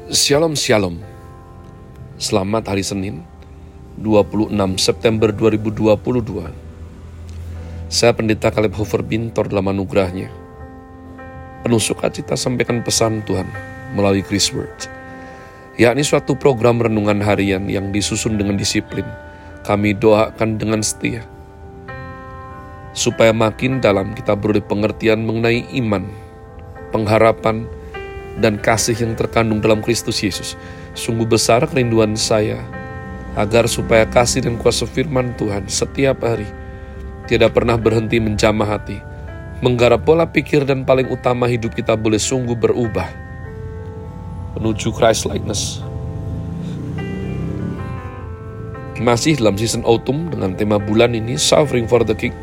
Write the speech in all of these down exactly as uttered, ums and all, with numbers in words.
Shalom Shalom. Selamat hari Senin, dua puluh enam September dua ribu dua puluh dua. Saya Pendeta Caleb Hofer Bintor dalam anugerahnya. Penuh sukacita sampaikan pesan Tuhan melalui Chris Word, yakni suatu program renungan harian yang disusun dengan disiplin. Kami doakan dengan setia, supaya makin dalam kita beroleh pengertian mengenai iman, pengharapan, dan kasih yang terkandung dalam Kristus Yesus. Sungguh besar kerinduan saya, agar supaya kasih dan kuasa firman Tuhan setiap hari tidak pernah berhenti menjamah hati, menggarap pola pikir, dan paling utama hidup kita boleh sungguh berubah menuju Christ-likeness. Masih dalam season autumn dengan tema bulan ini, Suffering for the King.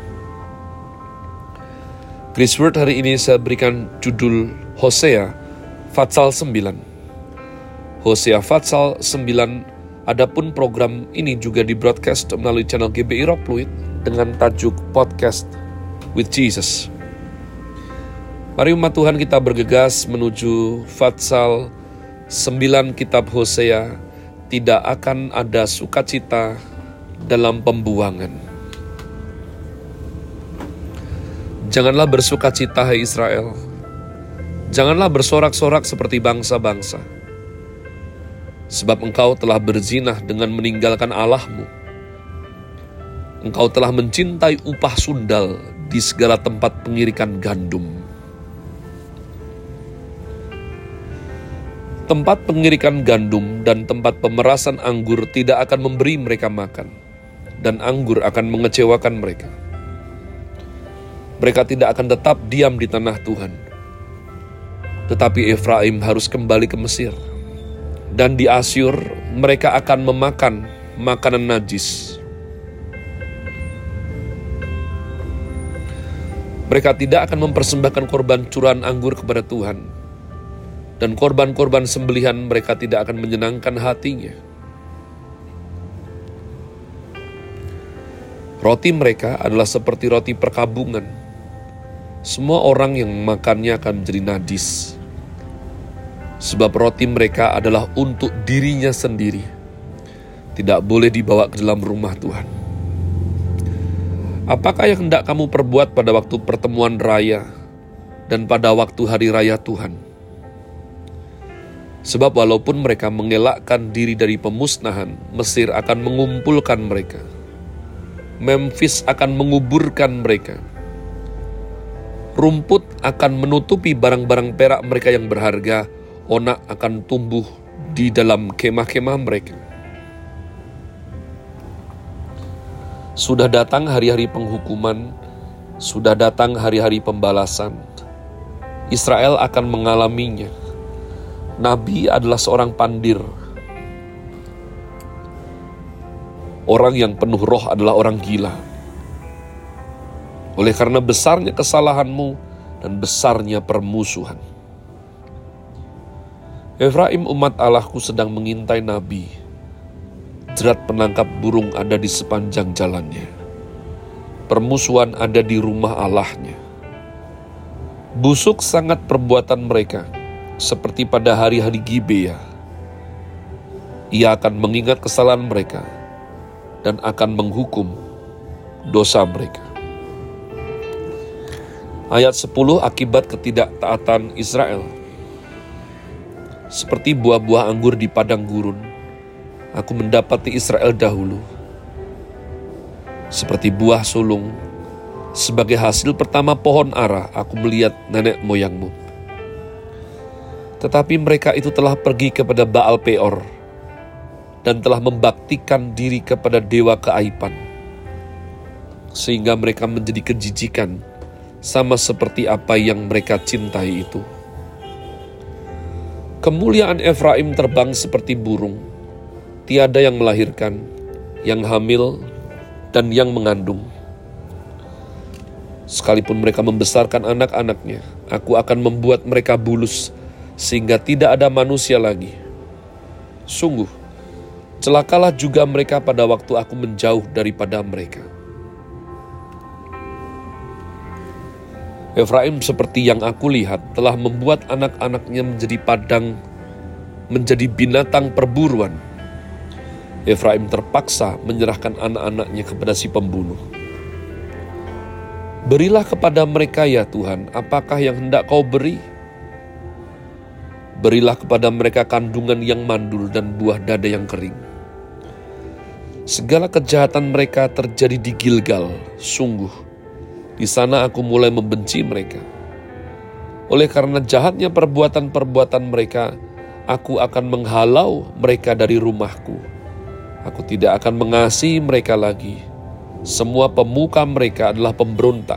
Chris Word hari ini saya berikan judul Hosea Fatsal sembilan. Hosea Fatsal sembilan. Adapun program ini juga di broadcast melalui channel G B I Rock Fluid dengan tajuk Podcast with Jesus. Mari umat Tuhan kita bergegas menuju Fatsal sembilan kitab Hosea. Tidak akan ada sukacita dalam pembuangan. Janganlah bersukacita, hai Israel. Janganlah bersorak-sorak seperti bangsa-bangsa, sebab engkau telah berzinah dengan meninggalkan Allahmu. Engkau telah mencintai upah sundal di segala tempat pengirikan gandum. Tempat pengirikan gandum dan tempat pemerasan anggur tidak akan memberi mereka makan, dan anggur akan mengecewakan mereka. Mereka tidak akan tetap diam di tanah Tuhan. Tetapi Efraim harus kembali ke Mesir, dan di Asyur mereka akan memakan makanan najis. Mereka tidak akan mempersembahkan korban curahan anggur kepada Tuhan, dan korban-korban sembelihan mereka tidak akan menyenangkan hatinya. Roti mereka adalah seperti roti perkabungan. Semua orang yang makannya akan menjadi najis, sebab roti mereka adalah untuk dirinya sendiri, tidak boleh dibawa ke dalam rumah Tuhan. Apakah yang hendak kamu perbuat pada waktu pertemuan raya dan pada waktu hari raya Tuhan? Sebab walaupun mereka mengelakkan diri dari pemusnahan, Mesir akan mengumpulkan mereka. Memphis akan menguburkan mereka. Rumput akan menutupi barang-barang perak mereka yang berharga. Onak akan tumbuh di dalam kemah-kemah mereka. Sudah datang hari-hari penghukuman, sudah datang hari-hari pembalasan. Israel akan mengalaminya. Nabi adalah seorang pandir. Orang yang penuh roh adalah orang gila. Oleh karena besarnya kesalahanmu dan besarnya permusuhan. Efraim umat Allahku sedang mengintai nabi. Jerat penangkap burung ada di sepanjang jalannya. Permusuhan ada di rumah Allahnya. Busuk sangat perbuatan mereka, seperti pada hari-hari Gibea. Ia akan mengingat kesalahan mereka dan akan menghukum dosa mereka. Ayat sepuluh, akibat ketidaktaatan Israel. Seperti buah-buah anggur di padang gurun, aku mendapati Israel dahulu. Seperti buah sulung, sebagai hasil pertama pohon ara, aku melihat nenek moyangmu. Tetapi mereka itu telah pergi kepada Baal Peor, dan telah membaktikan diri kepada dewa keaiban, sehingga mereka menjadi kejijikan, sama seperti apa yang mereka cintai itu. Kemuliaan Efraim terbang seperti burung, tiada yang melahirkan, yang hamil, dan yang mengandung. Sekalipun mereka membesarkan anak-anaknya, aku akan membuat mereka bulus, sehingga tidak ada manusia lagi. Sungguh, celakalah juga mereka pada waktu aku menjauh daripada mereka. Efraim seperti yang aku lihat telah membuat anak-anaknya menjadi padang menjadi binatang perburuan. Efraim terpaksa menyerahkan anak-anaknya kepada si pembunuh. Berilah kepada mereka ya Tuhan, apakah yang hendak Kau beri? Berilah kepada mereka kandungan yang mandul dan buah dada yang kering. Segala kejahatan mereka terjadi di Gilgal, sungguh, di sana aku mulai membenci mereka. Oleh karena jahatnya perbuatan-perbuatan mereka, aku akan menghalau mereka dari rumahku. Aku tidak akan mengasihi mereka lagi. Semua pemuka mereka adalah pemberontak.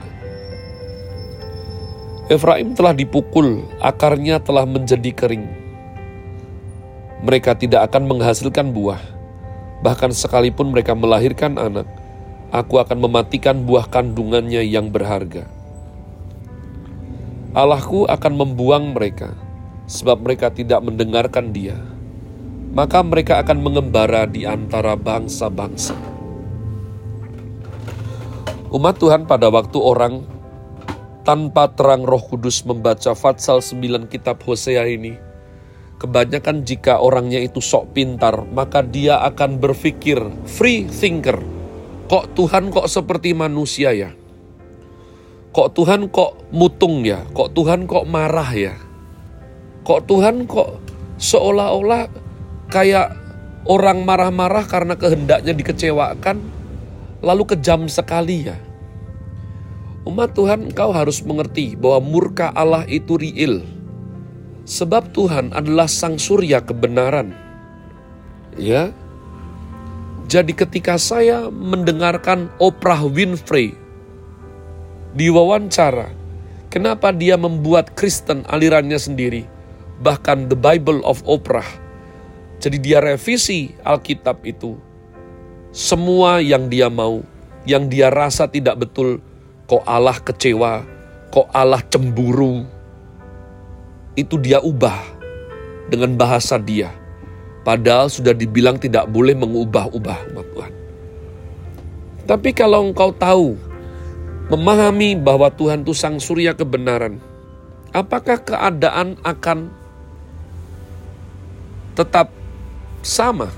Efraim telah dipukul, akarnya telah menjadi kering. Mereka tidak akan menghasilkan buah. Bahkan sekalipun mereka melahirkan anak, aku akan mematikan buah kandungannya yang berharga. Allahku akan membuang mereka, sebab mereka tidak mendengarkan Dia. Maka mereka akan mengembara di antara bangsa-bangsa. Umat Tuhan, pada waktu orang tanpa terang Roh Kudus membaca Fatsal sembilan kitab Hosea ini, kebanyakan jika orangnya itu sok pintar, maka dia akan berpikir free thinker. Kok Tuhan kok seperti manusia ya? Kok Tuhan kok mutung ya? Kok Tuhan kok marah ya? Kok Tuhan kok seolah-olah kayak orang marah-marah karena kehendaknya dikecewakan, lalu kejam sekali ya? Umat Tuhan, engkau harus mengerti bahwa murka Allah itu real. Sebab Tuhan adalah sang surya kebenaran. Ya. Jadi ketika saya mendengarkan Oprah Winfrey diwawancara, kenapa dia membuat Kristen alirannya sendiri, bahkan The Bible of Oprah. Jadi dia revisi Alkitab itu. Semua yang dia mau, yang dia rasa tidak betul, kok Allah kecewa, kok Allah cemburu, itu dia ubah dengan bahasa dia. Padahal sudah dibilang tidak boleh mengubah-ubah umat Tuhan. Tapi kalau engkau tahu, memahami bahwa Tuhan itu sang surya kebenaran, apakah keadaan akan tetap sama?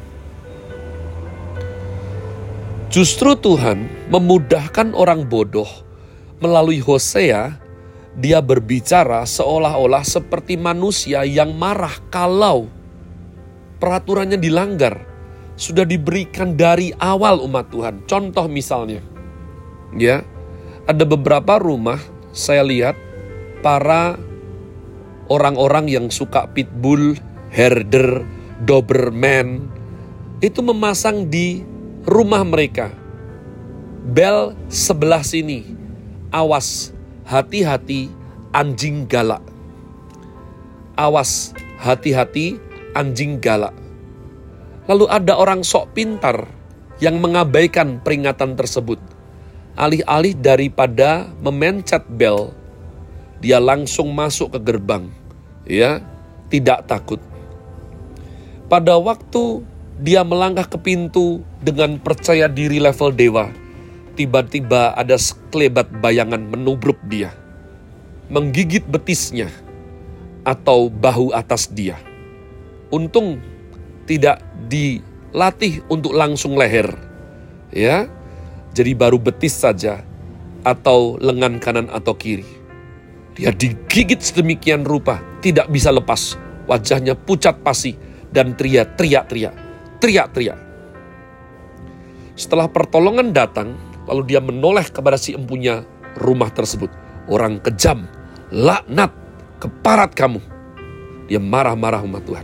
Justru Tuhan memudahkan orang bodoh melalui Hosea. Dia berbicara seolah-olah seperti manusia yang marah kalau peraturannya dilanggar. Sudah diberikan dari awal umat Tuhan. Contoh misalnya, ya, ada beberapa rumah saya lihat para orang-orang yang suka pitbull, herder, doberman itu memasang di rumah mereka bel sebelah sini, awas, hati-hati anjing galak. Awas, hati-hati anjing galak. Lalu ada orang sok pintar yang mengabaikan peringatan tersebut. Alih-alih daripada memencet bel, dia langsung masuk ke gerbang. Ya, tidak takut. Pada waktu dia melangkah ke pintu dengan percaya diri level dewa, tiba-tiba ada sekelebat bayangan menubruk dia, menggigit betisnya atau bahu atas dia. Untung tidak dilatih untuk langsung leher, ya. Jadi baru betis saja atau lengan kanan atau kiri. Dia digigit sedemikian rupa, tidak bisa lepas. Wajahnya pucat pasi dan teriak, teriak, teriak, teriak, teriak. Setelah pertolongan datang, lalu dia menoleh kepada si empunya rumah tersebut. Orang kejam, laknat, keparat kamu. Dia marah-marah umat Tuhan.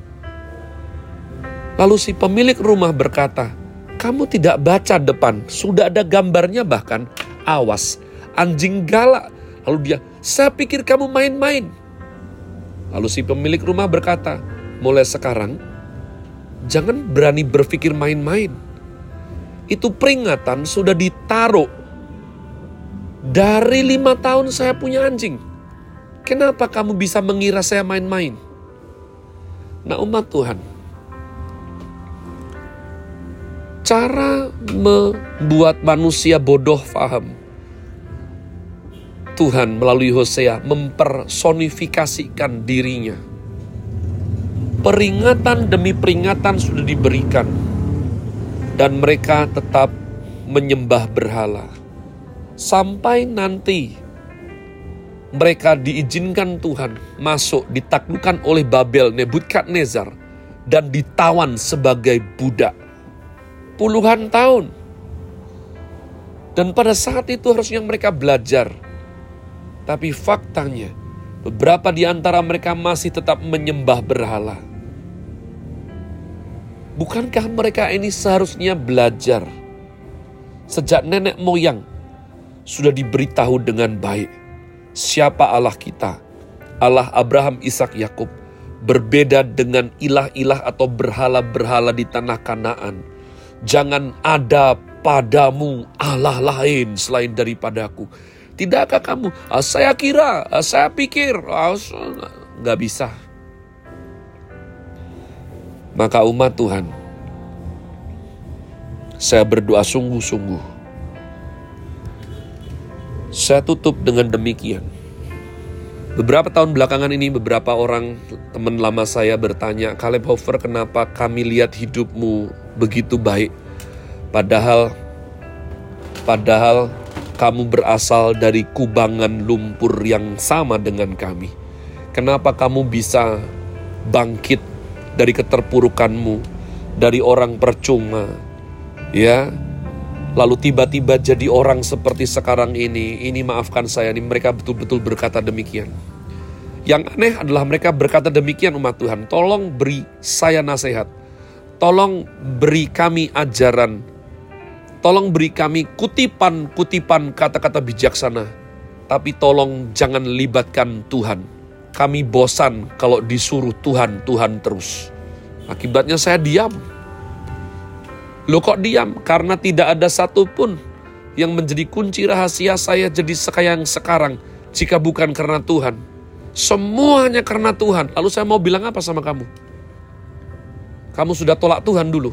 Lalu si pemilik rumah berkata, kamu tidak baca depan, sudah ada gambarnya bahkan, awas, anjing galak. Lalu dia, saya pikir kamu main-main. Lalu si pemilik rumah berkata, mulai sekarang, jangan berani berpikir main-main. Itu peringatan sudah ditaruh. Dari lima tahun saya punya anjing. Kenapa kamu bisa mengira saya main-main? Nah umat Tuhan, cara membuat manusia bodoh faham. Tuhan melalui Hosea mempersonifikasikan dirinya. Peringatan demi peringatan sudah diberikan, dan mereka tetap menyembah berhala. Sampai nanti mereka diizinkan Tuhan masuk, ditaklukkan oleh Babel, Nebukadnezar, dan ditawan sebagai budak. Puluhan tahun. Dan pada saat itu harusnya mereka belajar. Tapi faktanya, beberapa di antara mereka masih tetap menyembah berhala. Bukankah mereka ini seharusnya belajar? Sejak nenek moyang sudah diberitahu dengan baik siapa Allah kita, Allah Abraham, Ishak, Yakub, berbeda dengan ilah-ilah atau berhala-berhala di tanah Kanaan. Jangan ada padamu Allah lain selain daripadaku. Tidakkah kamu? Ah, saya kira, ah, saya pikir, ah, nggak bisa. Maka umat Tuhan, saya berdoa sungguh-sungguh. Saya tutup dengan demikian. Beberapa tahun belakangan ini beberapa orang teman lama saya bertanya, Caleb Hofer, kenapa kami lihat hidupmu begitu baik? Padahal, padahal kamu berasal dari kubangan lumpur yang sama dengan kami. Kenapa kamu bisa bangkit dari keterpurukanmu, dari orang percuma, ya, lalu tiba-tiba jadi orang seperti sekarang ini? Ini maafkan saya, ini mereka betul-betul berkata demikian. Yang aneh adalah mereka berkata demikian, umat Tuhan. Tolong beri saya nasihat. Tolong beri kami ajaran. Tolong beri kami kutipan-kutipan kata-kata bijaksana. Tapi tolong jangan libatkan Tuhan. Kami bosan kalau disuruh Tuhan, Tuhan terus. Akibatnya saya diam. Loh kok diam? Karena tidak ada satupun yang menjadi kunci rahasia saya jadi sekaya yang sekarang jika bukan karena Tuhan. Semuanya karena Tuhan. Lalu saya mau bilang apa sama kamu? Kamu sudah tolak Tuhan dulu.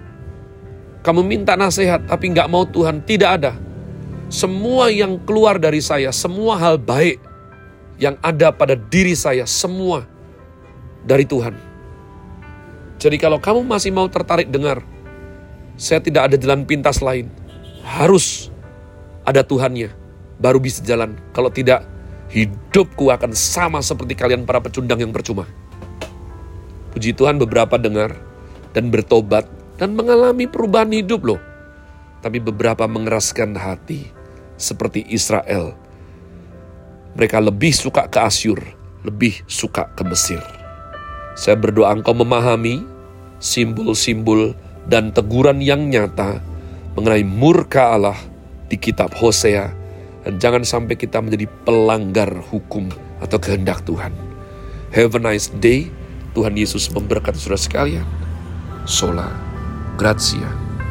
Kamu minta nasihat tapi gak mau Tuhan. Tidak ada. Semua yang keluar dari saya, semua hal baik yang ada pada diri saya, semua dari Tuhan. Jadi kalau kamu masih mau tertarik dengar, saya tidak ada jalan pintas lain. Harus ada Tuhannya, baru bisa jalan. Kalau tidak, hidupku akan sama seperti kalian para pecundang yang percuma. Puji Tuhan beberapa dengar dan bertobat dan mengalami perubahan hidup loh. Tapi beberapa mengeraskan hati seperti Israel. Mereka lebih suka ke Asyur, lebih suka ke Mesir. Saya berdoa engkau memahami simbol-simbol dan teguran yang nyata mengenai murka Allah di kitab Hosea. Dan jangan sampai kita menjadi pelanggar hukum atau kehendak Tuhan. Have a nice day. Tuhan Yesus memberkati saudara sekalian. Sola Gratia.